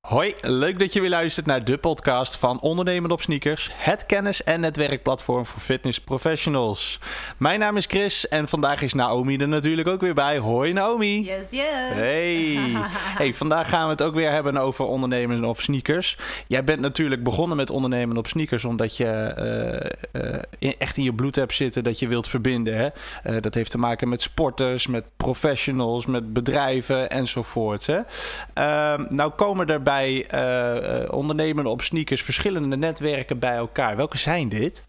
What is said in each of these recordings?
Hoi, leuk dat je weer luistert naar de podcast van Ondernemen op Sneakers, het kennis- en netwerkplatform voor fitness professionals. Mijn naam is Chris en vandaag is Naomi er natuurlijk ook weer bij. Hoi Naomi. Yes. Hey, vandaag gaan we het ook weer hebben over ondernemen op sneakers. Jij bent natuurlijk begonnen met ondernemen op sneakers omdat je echt in je bloed hebt zitten dat je wilt verbinden. Hè? Dat heeft te maken met sporters, met professionals, met bedrijven enzovoort. Hè? Nou komen er bij ondernemen op sneakers verschillende netwerken bij elkaar. Welke zijn dit?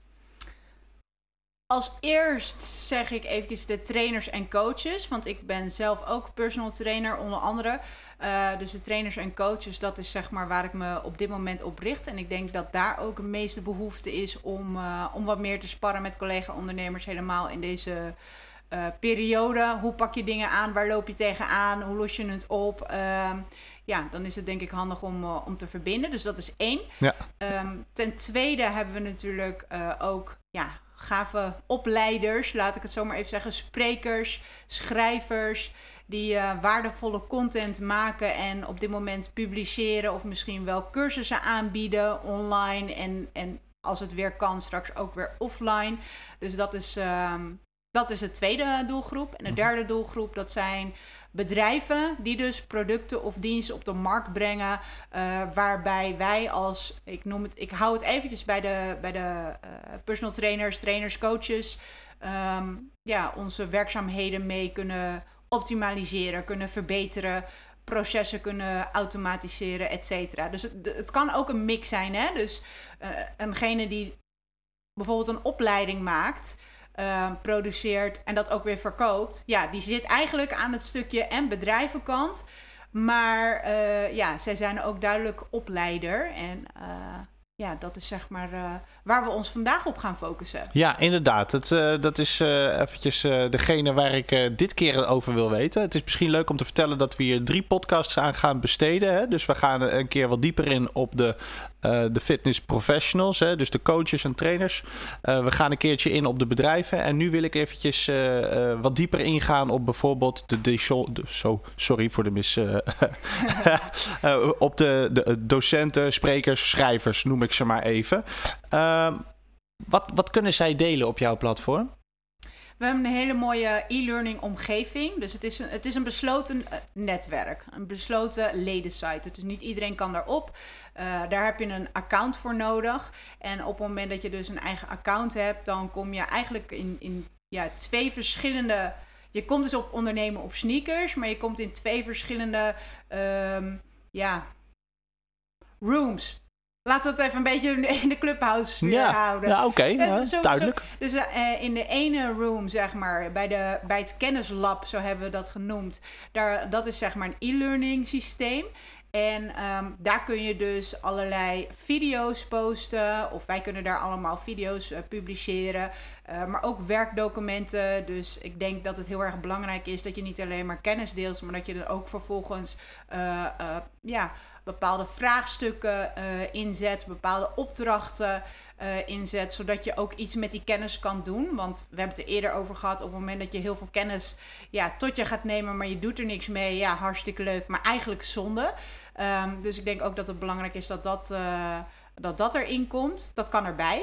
Als eerst zeg ik eventjes de trainers en coaches. Want ik ben zelf ook personal trainer onder andere. Dus de trainers en coaches, dat is zeg maar waar ik me op dit moment op richt. En ik denk dat daar ook de meeste behoefte is om wat meer te sparren met collega-ondernemers. Helemaal in deze periode. Hoe pak je dingen aan? Waar loop je tegenaan? Hoe los je het op? Dan is het denk ik handig om te verbinden. Dus dat is 1. Ja. Ten tweede hebben we natuurlijk ook gave opleiders, laat ik het zo maar even zeggen. Sprekers, schrijvers, die waardevolle content maken en op dit moment publiceren of misschien wel cursussen aanbieden online en als het weer kan straks ook weer offline. Dus dat is de tweede doelgroep. En de derde doelgroep, dat zijn bedrijven die dus producten of diensten op de markt brengen, waarbij wij als, ik hou het eventjes bij de personal trainers, coaches, onze werkzaamheden mee kunnen optimaliseren, kunnen verbeteren, processen kunnen automatiseren, et cetera. Dus het kan ook een mix zijn, hè? Dus eengene die bijvoorbeeld een opleiding maakt, produceert en dat ook weer verkoopt. Ja, die zit eigenlijk aan het stukje en bedrijvenkant. Maar zij zijn ook duidelijk opleider. En dat is zeg maar waar we ons vandaag op gaan focussen. Ja, inderdaad. Dat is eventjes degene waar ik dit keer over wil weten. Het is misschien leuk om te vertellen dat we hier 3 podcasts aan gaan besteden. Hè? Dus we gaan een keer wat dieper in op de fitness professionals. Hè? Dus de coaches en trainers. We gaan een keertje in op de bedrijven. En nu wil ik eventjes wat dieper ingaan op bijvoorbeeld sorry voor de op de docenten, sprekers, schrijvers, noem ik ze maar even. Wat kunnen zij delen op jouw platform? We hebben een hele mooie e-learning omgeving. Dus het is een besloten netwerk. Een besloten ledensite. Dus niet iedereen kan daarop. Daar heb je een account voor nodig. En op het moment dat je dus een eigen account hebt, dan kom je eigenlijk in 2 verschillende. Je komt dus op ondernemen op sneakers, maar je komt in 2 verschillende rooms. Laten we het even een beetje in de clubhouse houden. Ja, oké. Duidelijk. Dus in de ene room, zeg maar, bij het kennislab, zo hebben we dat genoemd. Dat is zeg maar een e-learning systeem. En daar kun je dus allerlei video's posten. Of wij kunnen daar allemaal video's publiceren. Maar ook werkdocumenten. Dus ik denk dat het heel erg belangrijk is dat je niet alleen maar kennis deelt, maar dat je er ook vervolgens bepaalde vraagstukken inzet, bepaalde opdrachten inzet, zodat je ook iets met die kennis kan doen. Want we hebben het er eerder over gehad, op het moment dat je heel veel kennis tot je gaat nemen, maar je doet er niks mee, ja, hartstikke leuk, maar eigenlijk zonde. Dus ik denk ook dat het belangrijk is dat erin komt. Dat kan erbij.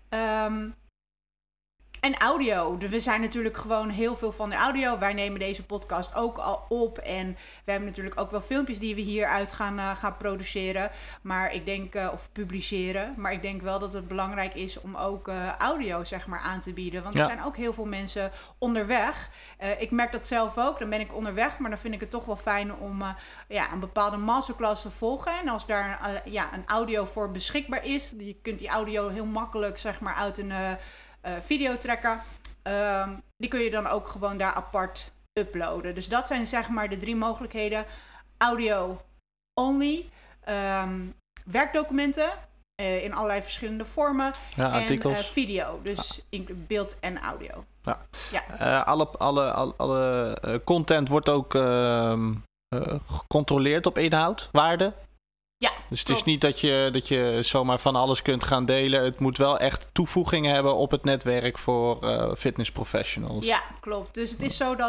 En audio. We zijn natuurlijk gewoon heel veel van de audio. Wij nemen deze podcast ook al op. En we hebben natuurlijk ook wel filmpjes die we hieruit gaan produceren. Maar ik denk, of publiceren. Maar ik denk wel dat het belangrijk is om ook audio zeg maar aan te bieden. Want er zijn ook heel veel mensen onderweg. Ik merk dat zelf ook. Dan ben ik onderweg. Maar dan vind ik het toch wel fijn om een bepaalde masterclass te volgen. En als daar een audio voor beschikbaar is. Je kunt die audio heel makkelijk zeg maar uit een video trekken. Die kun je dan ook gewoon daar apart uploaden. Dus dat zijn zeg maar de 3 mogelijkheden. Audio only. Werkdocumenten. In allerlei verschillende vormen. Ja, artikels. En video. Dus in beeld en audio. Ja. Alle content wordt ook gecontroleerd op inhoud, waarde. Ja, dus het is niet dat je zomaar van alles kunt gaan delen. Het moet wel echt toevoeging hebben op het netwerk voor fitness professionals. Ja, klopt. Dus het is zo dat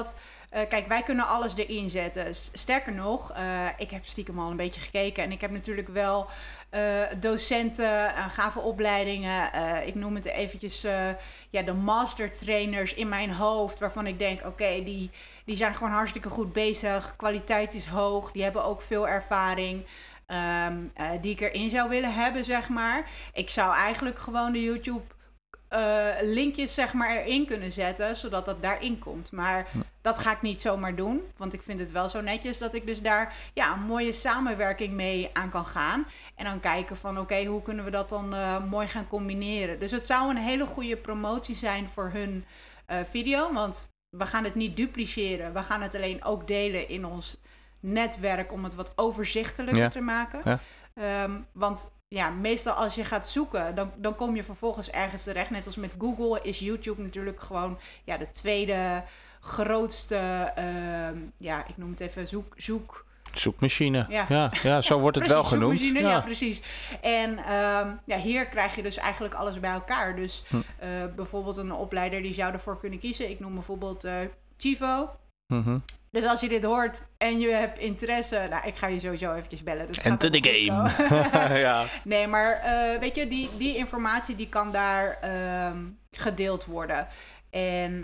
kijk, wij kunnen alles erin zetten. Sterker nog, ik heb stiekem al een beetje gekeken. En ik heb natuurlijk wel docenten, gave opleidingen. Ik noem het eventjes de mastertrainers in mijn hoofd. Waarvan ik denk, oké, die zijn gewoon hartstikke goed bezig. Kwaliteit is hoog. Die hebben ook veel ervaring. Die ik erin zou willen hebben, zeg maar. Ik zou eigenlijk gewoon de YouTube linkjes, zeg maar, erin kunnen zetten, zodat dat daarin komt. Maar dat ga ik niet zomaar doen, want ik vind het wel zo netjes dat ik dus daar een mooie samenwerking mee aan kan gaan. En dan kijken van, oké, hoe kunnen we dat dan mooi gaan combineren. Dus het zou een hele goede promotie zijn voor hun video, want we gaan het niet dupliceren. We gaan het alleen ook delen in ons netwerk om het wat overzichtelijker te maken. Ja. Want meestal als je gaat zoeken, dan kom je vervolgens ergens terecht. Net als met Google is YouTube natuurlijk gewoon de tweede grootste, ik noem het even zoekmachine. Ja, zo wordt het wel genoemd. Ja, precies. En hier krijg je dus eigenlijk alles bij elkaar. Dus bijvoorbeeld een opleider die zou ervoor kunnen kiezen. Ik noem bijvoorbeeld Chivo. Mm-hmm. Dus als je dit hoort en je hebt interesse, ik ga je sowieso eventjes bellen. Dus enter the game. Ja. Nee, maar weet je, die informatie die kan daar gedeeld worden. En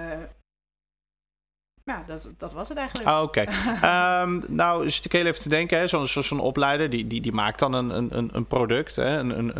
dat was het eigenlijk. Oké. Nou, zit ik heel even te denken, hè, zo'n opleider, die maakt dan een product, hè,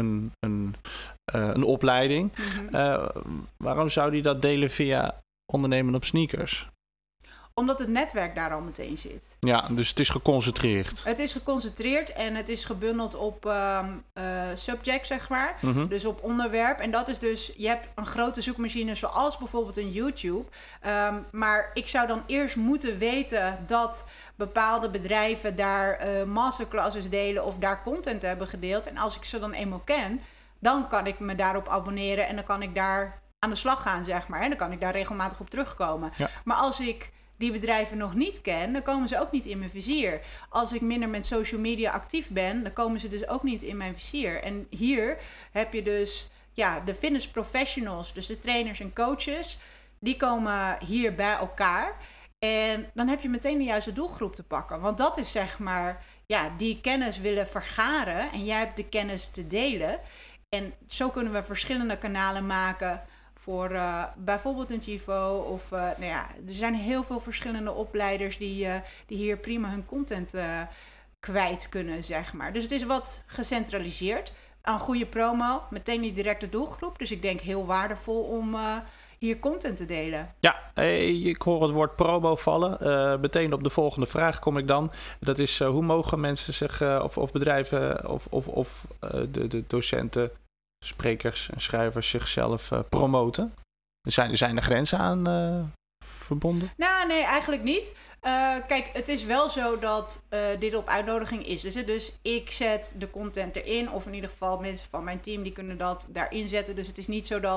een opleiding. Mm-hmm. Waarom zou die dat delen via ondernemen op sneakers? Omdat het netwerk daar al meteen zit. Ja, dus het is geconcentreerd. Het is geconcentreerd en het is gebundeld op subject, zeg maar. Mm-hmm. Dus op onderwerp. En dat is dus, je hebt een grote zoekmachine zoals bijvoorbeeld een YouTube. Maar ik zou dan eerst moeten weten dat bepaalde bedrijven daar masterclasses delen of daar content hebben gedeeld. En als ik ze dan eenmaal ken, dan kan ik me daarop abonneren en dan kan ik daar aan de slag gaan, zeg maar. En dan kan ik daar regelmatig op terugkomen. Ja. Maar als ik die bedrijven nog niet ken, dan komen ze ook niet in mijn vizier. Als ik minder met social media actief ben, dan komen ze dus ook niet in mijn vizier. En hier heb je dus de fitness professionals, dus de trainers en coaches, die komen hier bij elkaar. En dan heb je meteen de juiste doelgroep te pakken. Want dat is zeg maar, die kennis willen vergaren en jij hebt de kennis te delen. En zo kunnen we verschillende kanalen maken voor bijvoorbeeld een Chivo of er zijn heel veel verschillende opleiders die hier prima hun content kwijt kunnen, zeg maar. Dus het is wat gecentraliseerd. Een goede promo, meteen die directe doelgroep. Dus ik denk heel waardevol om hier content te delen. Ja, ik hoor het woord promo vallen. Meteen op de volgende vraag kom ik dan. Dat is hoe mogen mensen zich of bedrijven of de docenten, sprekers en schrijvers zichzelf promoten? Zijn er grenzen aan verbonden? Nou, nee, eigenlijk niet. Kijk, het is wel zo dat dit op uitnodiging is. Dus ik zet de content erin, of in ieder geval mensen van mijn team die kunnen dat daarin zetten. Dus het is niet zo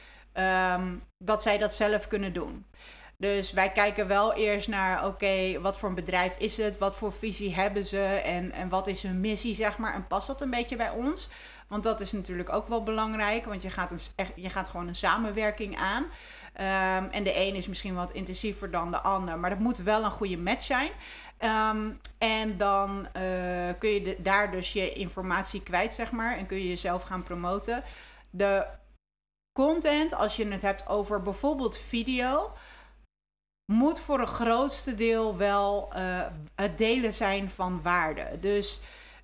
dat zij dat zelf kunnen doen. Dus wij kijken wel eerst naar, oké, wat voor een bedrijf is het? Wat voor visie hebben ze? En wat is hun missie, zeg maar? En past dat een beetje bij ons? Want dat is natuurlijk ook wel belangrijk. Want je gaat gewoon een samenwerking aan. En de een is misschien wat intensiever dan de ander. Maar dat moet wel een goede match zijn. En dan kun je daar dus je informatie kwijt, zeg maar. En kun je jezelf gaan promoten. De content, als je het hebt over bijvoorbeeld video, moet voor een grootste deel wel het delen zijn van waarde. Dus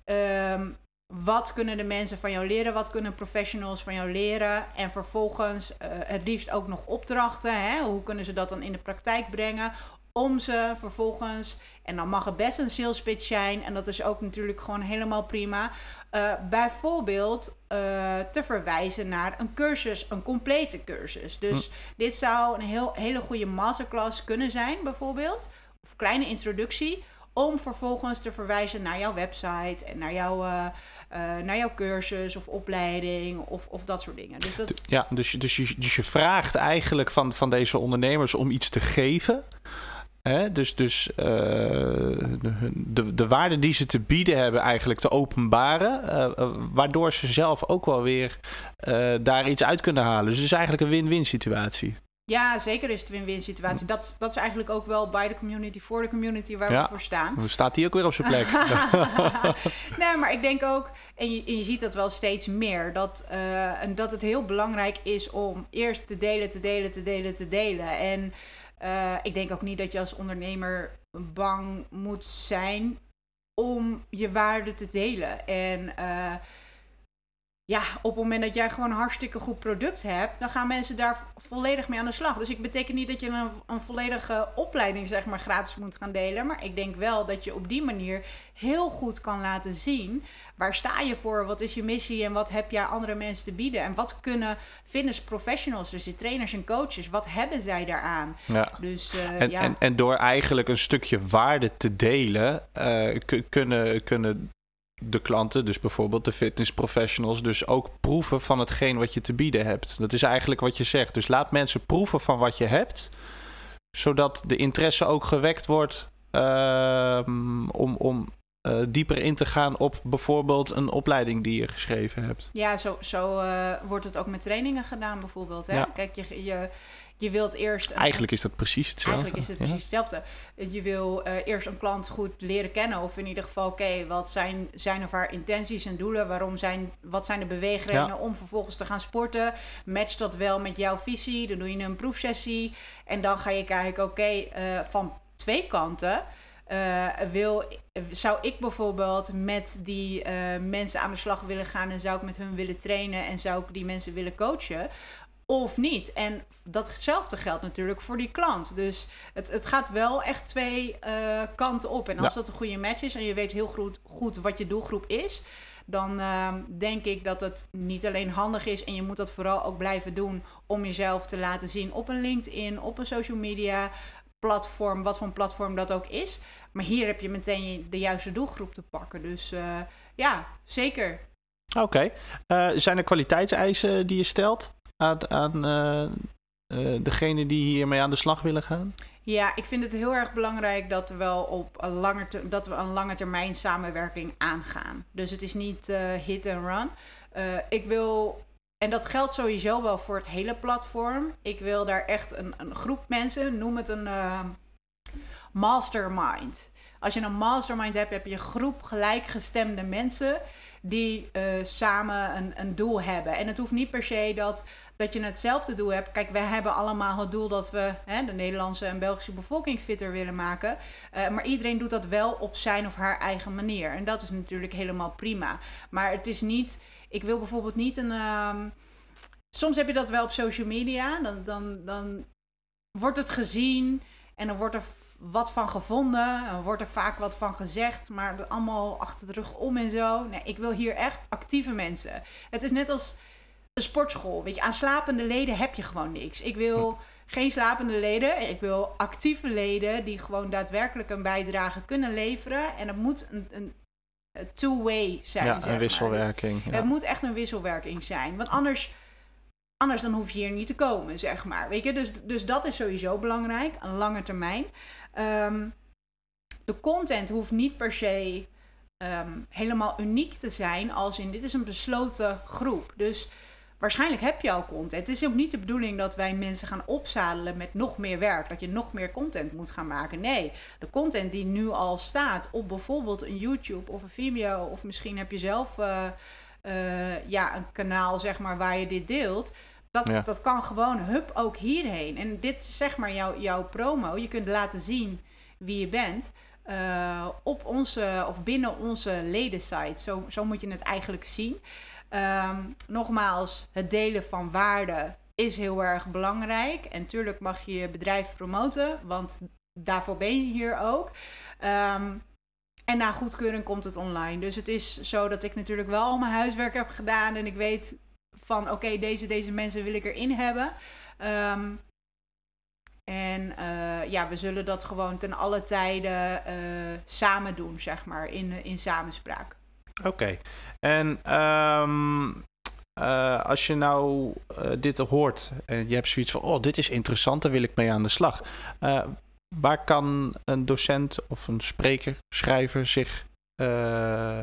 wat kunnen de mensen van jou leren? Wat kunnen professionals van jou leren? En vervolgens het liefst ook nog opdrachten. Hè? Hoe kunnen ze dat dan in de praktijk brengen? Om ze vervolgens, en dan mag het best een sales pitch zijn, en dat is ook natuurlijk gewoon helemaal prima, bijvoorbeeld te verwijzen naar een cursus, een complete cursus. Dus dit zou een hele goede masterclass kunnen zijn bijvoorbeeld, of kleine introductie, om vervolgens te verwijzen naar jouw website en naar jouw cursus of opleiding of dat soort dingen. Dus dat... Ja, dus je vraagt eigenlijk van deze ondernemers om iets te geven. Dus de waarde die ze te bieden hebben eigenlijk te openbaren. Waardoor ze zelf ook wel weer daar iets uit kunnen halen. Dus het is eigenlijk een win-win situatie. Ja, zeker is het een win-win situatie. Dat is eigenlijk ook wel bij de community, voor de community waar we voor staan. Dan staat die ook weer op zijn plek. Nee, maar ik denk ook, en je ziet dat wel steeds meer, dat het heel belangrijk is om eerst te delen. En ik denk ook niet dat je als ondernemer bang moet zijn om je waarde te delen. En op het moment dat jij gewoon een hartstikke goed product hebt, dan gaan mensen daar volledig mee aan de slag. Dus ik betekent niet dat je een volledige opleiding, zeg maar, gratis moet gaan delen. Maar ik denk wel dat je op die manier heel goed kan laten zien, waar sta je voor, wat is je missie en wat heb jij andere mensen te bieden. En wat kunnen fitness professionals, dus de trainers en coaches, wat hebben zij daaraan? Ja. Dus, en door eigenlijk een stukje waarde te delen, kunnen de klanten, dus bijvoorbeeld de fitness professionals, dus ook proeven van hetgeen wat je te bieden hebt. Dat is eigenlijk wat je zegt. Dus laat mensen proeven van wat je hebt, zodat de interesse ook gewekt wordt om dieper in te gaan op bijvoorbeeld een opleiding die je geschreven hebt. Ja, zo wordt het ook met trainingen gedaan bijvoorbeeld. Hè? Ja. Kijk, je wilt eerst... Eigenlijk is dat precies hetzelfde. Eigenlijk is het precies hetzelfde. Je wil eerst een klant goed leren kennen. Of in ieder geval, wat zijn of haar intenties en doelen? Wat zijn de beweegredenen om vervolgens te gaan sporten? Matcht dat wel met jouw visie? Dan doe je een proefsessie. En dan ga je kijken, van twee kanten... zou ik bijvoorbeeld met die mensen aan de slag willen gaan... en zou ik met hun willen trainen en zou ik die mensen willen coachen... Of niet. En datzelfde geldt natuurlijk voor die klant. Dus het gaat wel echt twee kanten op. En als dat een goede match is en je weet heel goed wat je doelgroep is... dan denk ik dat het niet alleen handig is... en je moet dat vooral ook blijven doen om jezelf te laten zien... op een LinkedIn, op een social media platform, wat voor een platform dat ook is. Maar hier heb je meteen de juiste doelgroep te pakken. Dus zeker. Oké. Zijn er kwaliteitseisen die je stelt aan degene die hiermee aan de slag willen gaan? Ja, ik vind het heel erg belangrijk dat we wel op een lange termijn samenwerking aangaan. Dus het is niet hit and run. Ik wil, en dat geldt sowieso wel voor het hele platform. Ik wil daar echt een groep mensen, noem het een mastermind. Als je een mastermind hebt, heb je een groep gelijkgestemde mensen die samen een doel hebben. En het hoeft niet per se dat je hetzelfde doel hebt. Kijk, wij hebben allemaal het doel dat we de Nederlandse en Belgische bevolking fitter willen maken. Maar iedereen doet dat wel op zijn of haar eigen manier. En dat is natuurlijk helemaal prima. Maar het is niet... Ik wil bijvoorbeeld niet soms heb je dat wel op social media. Dan wordt het gezien en dan wordt er wat van gevonden. Er wordt er vaak wat van gezegd, maar allemaal achter de rug om en zo. Nee, ik wil hier echt actieve mensen. Het is net als een sportschool. Weet je, aan slapende leden heb je gewoon niks. Ik wil geen slapende leden. Ik wil actieve leden die gewoon daadwerkelijk een bijdrage kunnen leveren. En het moet een two-way zijn. Ja, een wisselwerking. Dus het moet echt een wisselwerking zijn. Want anders dan hoef je hier niet te komen, zeg maar. Weet je, dus dat is sowieso belangrijk. Een lange termijn. De content hoeft niet per se helemaal uniek te zijn. Als in, dit is een besloten groep. Dus waarschijnlijk heb je al content. Het is ook niet de bedoeling dat wij mensen gaan opzadelen met nog meer werk. Dat je nog meer content moet gaan maken. Nee, de content die nu al staat op bijvoorbeeld een YouTube of een Vimeo. Of misschien heb je zelf een kanaal, zeg maar, waar je dit deelt. Dat kan gewoon ook hierheen. En dit is zeg maar jouw promo. Je kunt laten zien wie je bent op onze of binnen onze ledensite. Zo moet je het eigenlijk zien. Nogmaals, het delen van waarde is heel erg belangrijk. En tuurlijk mag je je bedrijf promoten, want daarvoor ben je hier ook. En na goedkeuring komt het online. Dus het is zo dat ik natuurlijk wel al mijn huiswerk heb gedaan en ik weet van oké, deze mensen wil ik erin hebben. We zullen dat gewoon ten alle tijden samen doen, zeg maar, in samenspraak. Oké. En als je nou dit hoort en je hebt zoiets van, dit is interessant, daar wil ik mee aan de slag. Waar kan een docent of een spreker, schrijver zich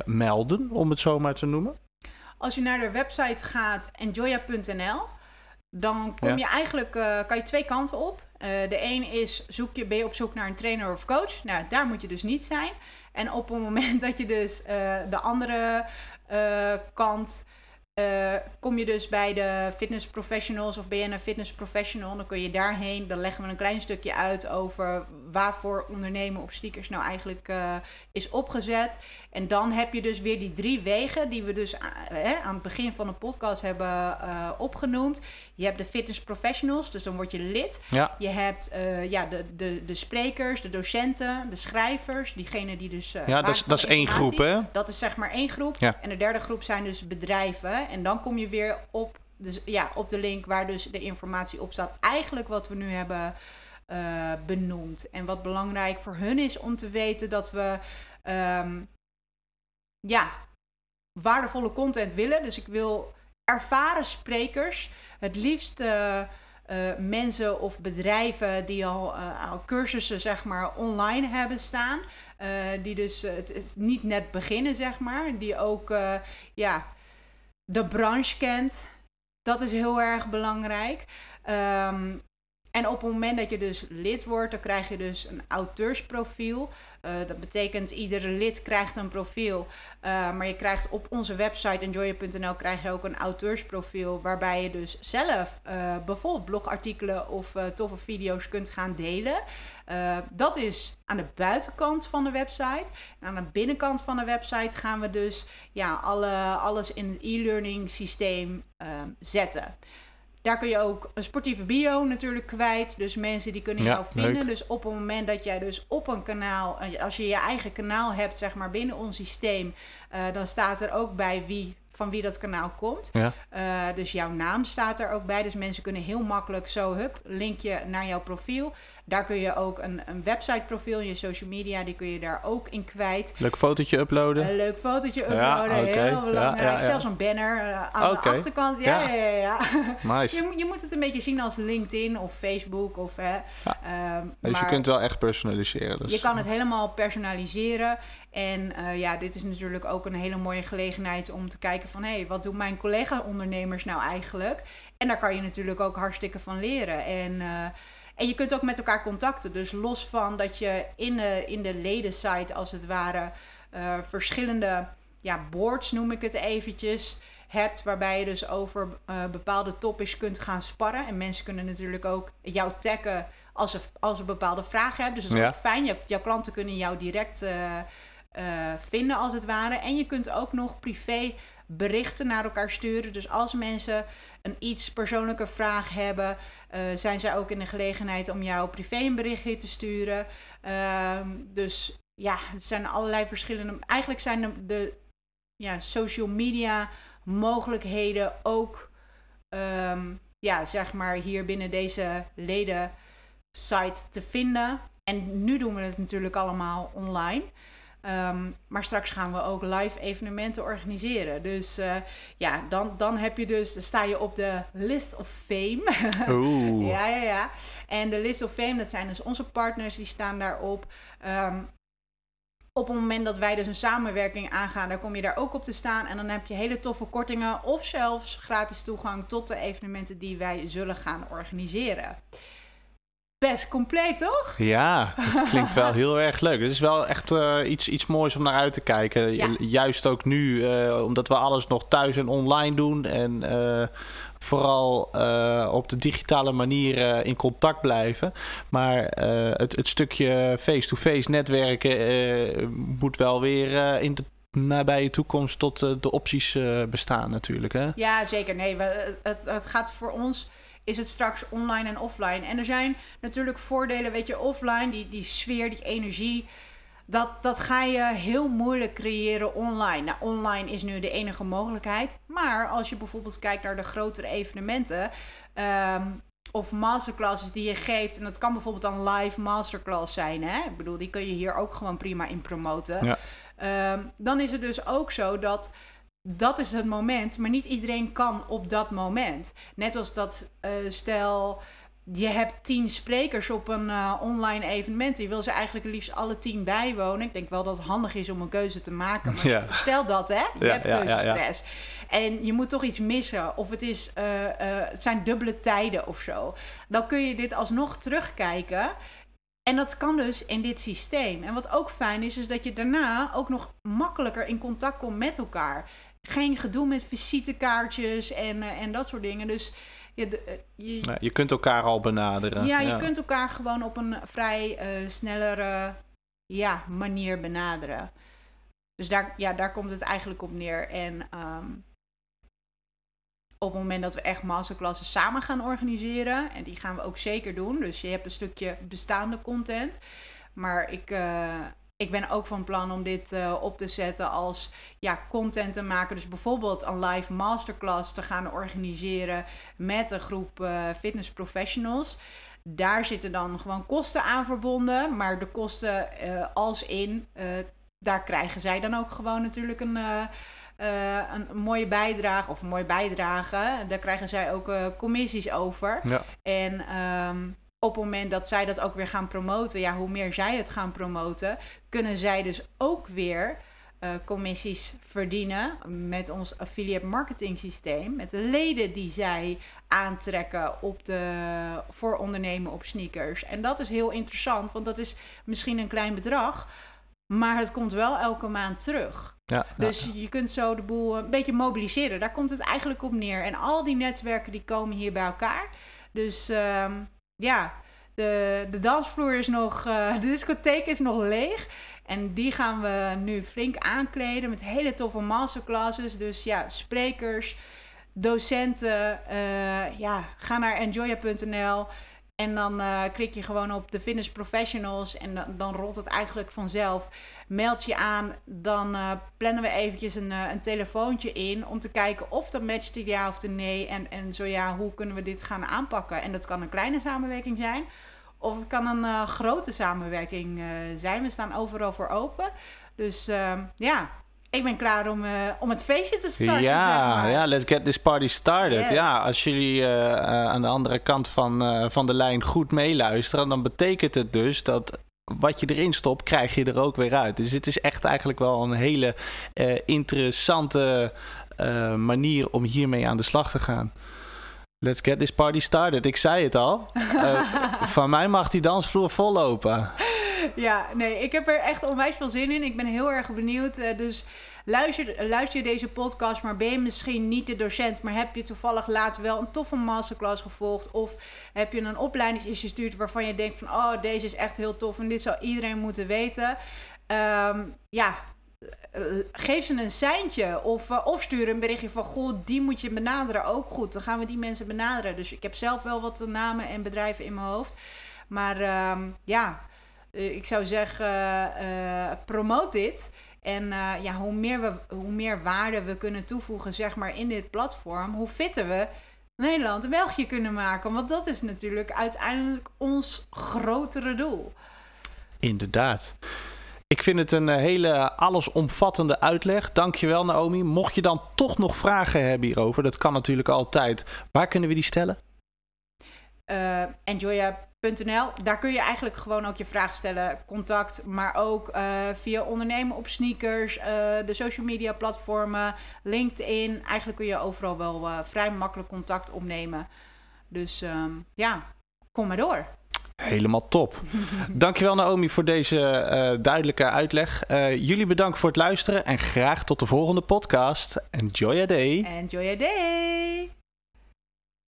melden, om het zo maar te noemen? Als je naar de website gaat, enjoya.nl, dan kom je eigenlijk, kan je 2 kanten op. De een is, ben je op zoek naar een trainer of coach? Nou, daar moet je dus niet zijn. En op het moment dat je dus de andere kant... kom je dus bij de fitness professionals of ben je een fitness professional, dan kun je daarheen. Dan leggen we een klein stukje uit over waarvoor ondernemen op sneakers nou eigenlijk is opgezet. En dan heb je dus weer die 3 wegen die we dus aan het begin van de podcast hebben opgenoemd. Je hebt de fitness professionals, dus dan word je lid. Ja. Je hebt de sprekers, de docenten, de schrijvers, diegenen die dus... dat is 1 groep, hè? Dat is zeg maar 1 groep. Ja. En de derde groep zijn dus bedrijven. En dan kom je weer op de link waar dus de informatie op staat. Eigenlijk wat we nu hebben benoemd. En wat belangrijk voor hun is om te weten dat we waardevolle content willen. Dus ik wil ervaren sprekers, het liefst mensen of bedrijven die al cursussen zeg maar online hebben staan. Die dus het niet net beginnen zeg maar. Die ook de branche kent. Dat is heel erg belangrijk. En op het moment dat je dus lid wordt, dan krijg je dus een auteursprofiel. Dat betekent iedere lid krijgt een profiel. Maar je krijgt op onze website enjoy.nl krijg je ook een auteursprofiel. Waarbij je dus zelf bijvoorbeeld blogartikelen of toffe video's kunt gaan delen. Dat is aan de buitenkant van de website. En aan de binnenkant van de website gaan we dus alles in het e-learning systeem zetten. Daar kun je ook een sportieve bio natuurlijk kwijt. Dus mensen die kunnen jou vinden. Leuk. Dus op het moment dat jij dus op een kanaal... Als je je eigen kanaal hebt, zeg maar, binnen ons systeem... dan staat er ook bij van wie dat kanaal komt. Ja. Dus jouw naam staat er ook bij. Dus mensen kunnen heel makkelijk linkje naar jouw profiel. Daar kun je ook een websiteprofiel, je social media, die kun je daar ook in kwijt. Leuk fotootje uploaden. Een leuk fotootje uploaden, heel belangrijk. Ja. Zelfs een banner aan de achterkant. Ja. Nice. Je moet het een beetje zien als LinkedIn of Facebook. Dus je kunt wel echt personaliseren. Dus. Je kan het helemaal personaliseren. En dit is natuurlijk ook een hele mooie gelegenheid om te kijken van... wat doen mijn collega-ondernemers nou eigenlijk? En daar kan je natuurlijk ook hartstikke van leren. En je kunt ook met elkaar contacten. Dus los van dat je in de ledensite als het ware... verschillende boards, noem ik het eventjes... hebt waarbij je dus over bepaalde topics kunt gaan sparren. En mensen kunnen natuurlijk ook jou taggen als ze bepaalde vragen hebben. Dus dat is ook fijn. Jouw klanten kunnen jou direct... vinden als het ware. En je kunt ook nog privé berichten naar elkaar sturen. Dus als mensen een iets persoonlijke vraag hebben... zijn zij ook in de gelegenheid om jou privé een berichtje te sturen. Dus het zijn allerlei verschillende... Eigenlijk zijn de social media mogelijkheden ook... zeg maar hier binnen deze leden site te vinden. En nu doen we het natuurlijk allemaal online... maar straks gaan we ook live evenementen organiseren. Dus dan heb je dan sta je op de List of Fame. Oeh. Ja. En de List of Fame, dat zijn dus onze partners, die staan daarop. Op het moment dat wij dus een samenwerking aangaan, dan kom je daar ook op te staan. En dan heb je hele toffe kortingen of zelfs gratis toegang tot de evenementen die wij zullen gaan organiseren. Best compleet, toch? Ja, het klinkt wel heel erg leuk. Het is wel echt iets moois om naar uit te kijken. Ja. Juist ook nu, omdat we alles nog thuis en online doen. En vooral op de digitale manier in contact blijven. Maar het stukje face-to-face netwerken moet wel weer in de nabije toekomst tot de opties bestaan natuurlijk. Hè? Ja, zeker. Nee, het gaat voor ons... is het straks online en offline. En er zijn natuurlijk voordelen, weet je, offline, die sfeer, die energie, dat ga je heel moeilijk creëren online. Nou, online is nu de enige mogelijkheid. Maar als je bijvoorbeeld kijkt naar de grotere evenementen... of masterclasses die je geeft... en dat kan bijvoorbeeld een live masterclass zijn, hè? Ik bedoel, die kun je hier ook gewoon prima in promoten. Ja. Dan is het dus ook zo dat is het moment, maar niet iedereen kan op dat moment. Net als dat stel je hebt 10 sprekers op een online evenement. Je wil ze eigenlijk liefst alle 10 bijwonen. Ik denk wel dat het handig is om een keuze te maken. Maar stel dat, hè? Je hebt keuzestress. En je moet toch iets missen. Of het zijn dubbele tijden of zo. Dan kun je dit alsnog terugkijken. En dat kan dus in dit systeem. En wat ook fijn is dat je daarna ook nog makkelijker in contact komt met elkaar. Geen gedoe met visitekaartjes en dat soort dingen. Dus je kunt elkaar al benaderen. Ja, je kunt elkaar gewoon op een vrij snellere manier benaderen. Dus daar komt het eigenlijk op neer. En op het moment dat we echt masterclasses samen gaan organiseren, en die gaan we ook zeker doen. Dus je hebt een stukje bestaande content. Maar ik ben ook van plan om dit op te zetten als content te maken. Dus bijvoorbeeld een live masterclass te gaan organiseren met een groep fitness professionals. Daar zitten dan gewoon kosten aan verbonden. Maar de kosten daar krijgen zij dan ook gewoon natuurlijk een mooie bijdrage. Of een mooie bijdrage. Daar krijgen zij ook commissies over. Ja. En op het moment dat zij dat ook weer gaan promoten, hoe meer zij het gaan promoten, kunnen zij dus ook weer commissies verdienen met ons affiliate marketing systeem, met de leden die zij aantrekken voor ondernemen op sneakers. En dat is heel interessant, want dat is misschien een klein bedrag, maar het komt wel elke maand terug. Dus je kunt zo de boel een beetje mobiliseren. Daar komt het eigenlijk op neer. En al die netwerken die komen hier bij elkaar. Dus de dansvloer is nog, de discotheek is nog leeg. En die gaan we nu flink aankleden met hele toffe masterclasses. Dus sprekers, docenten. Ga naar enjoya.nl. En dan klik je gewoon op de fitness professionals en dan rolt het eigenlijk vanzelf. Meld je aan, dan plannen we eventjes een telefoontje in om te kijken of dat matcht ja of nee. En zo hoe kunnen we dit gaan aanpakken. En dat kan een kleine samenwerking zijn of het kan een grote samenwerking zijn. We staan overal voor open. Dus ik ben klaar om het feestje te starten. Ja, let's get this party started. Yes. Ja, als jullie aan de andere kant van de lijn goed meeluisteren, dan betekent het dus dat wat je erin stopt, krijg je er ook weer uit. Dus het is echt eigenlijk wel een hele interessante manier om hiermee aan de slag te gaan. Let's get this party started. Ik zei het al. Van mij mag die dansvloer vollopen. Ja, nee, ik heb er echt onwijs veel zin in. Ik ben heel erg benieuwd. Dus luister je deze podcast, maar ben je misschien niet de docent, maar heb je toevallig laatst wel een toffe masterclass gevolgd? Of heb je een opleidingsinstituut waarvan je denkt van, deze is echt heel tof en dit zou iedereen moeten weten. Geef ze een seintje of stuur een berichtje van, goh, die moet je benaderen. Ook goed, dan gaan we die mensen benaderen. Dus ik heb zelf wel wat namen en bedrijven in mijn hoofd. Maar ik zou zeggen, promote dit. En hoe meer waarde we kunnen toevoegen, zeg maar, in dit platform, hoe fitter we Nederland en België kunnen maken. Want dat is natuurlijk uiteindelijk ons grotere doel. Inderdaad. Ik vind het een hele allesomvattende uitleg. Dankjewel, Naomi. Mocht je dan toch nog vragen hebben hierover, dat kan natuurlijk altijd. Waar kunnen we die stellen? Enjoya.nl. Daar kun je eigenlijk gewoon ook je vraag stellen. Contact, maar ook via ondernemen op sneakers, de social media platformen, LinkedIn. Eigenlijk kun je overal wel vrij makkelijk contact opnemen. Dus kom maar door. Helemaal top. Dankjewel, Naomi, voor deze duidelijke uitleg. Jullie bedankt voor het luisteren en graag tot de volgende podcast. Enjoy your day. Enjoy your day.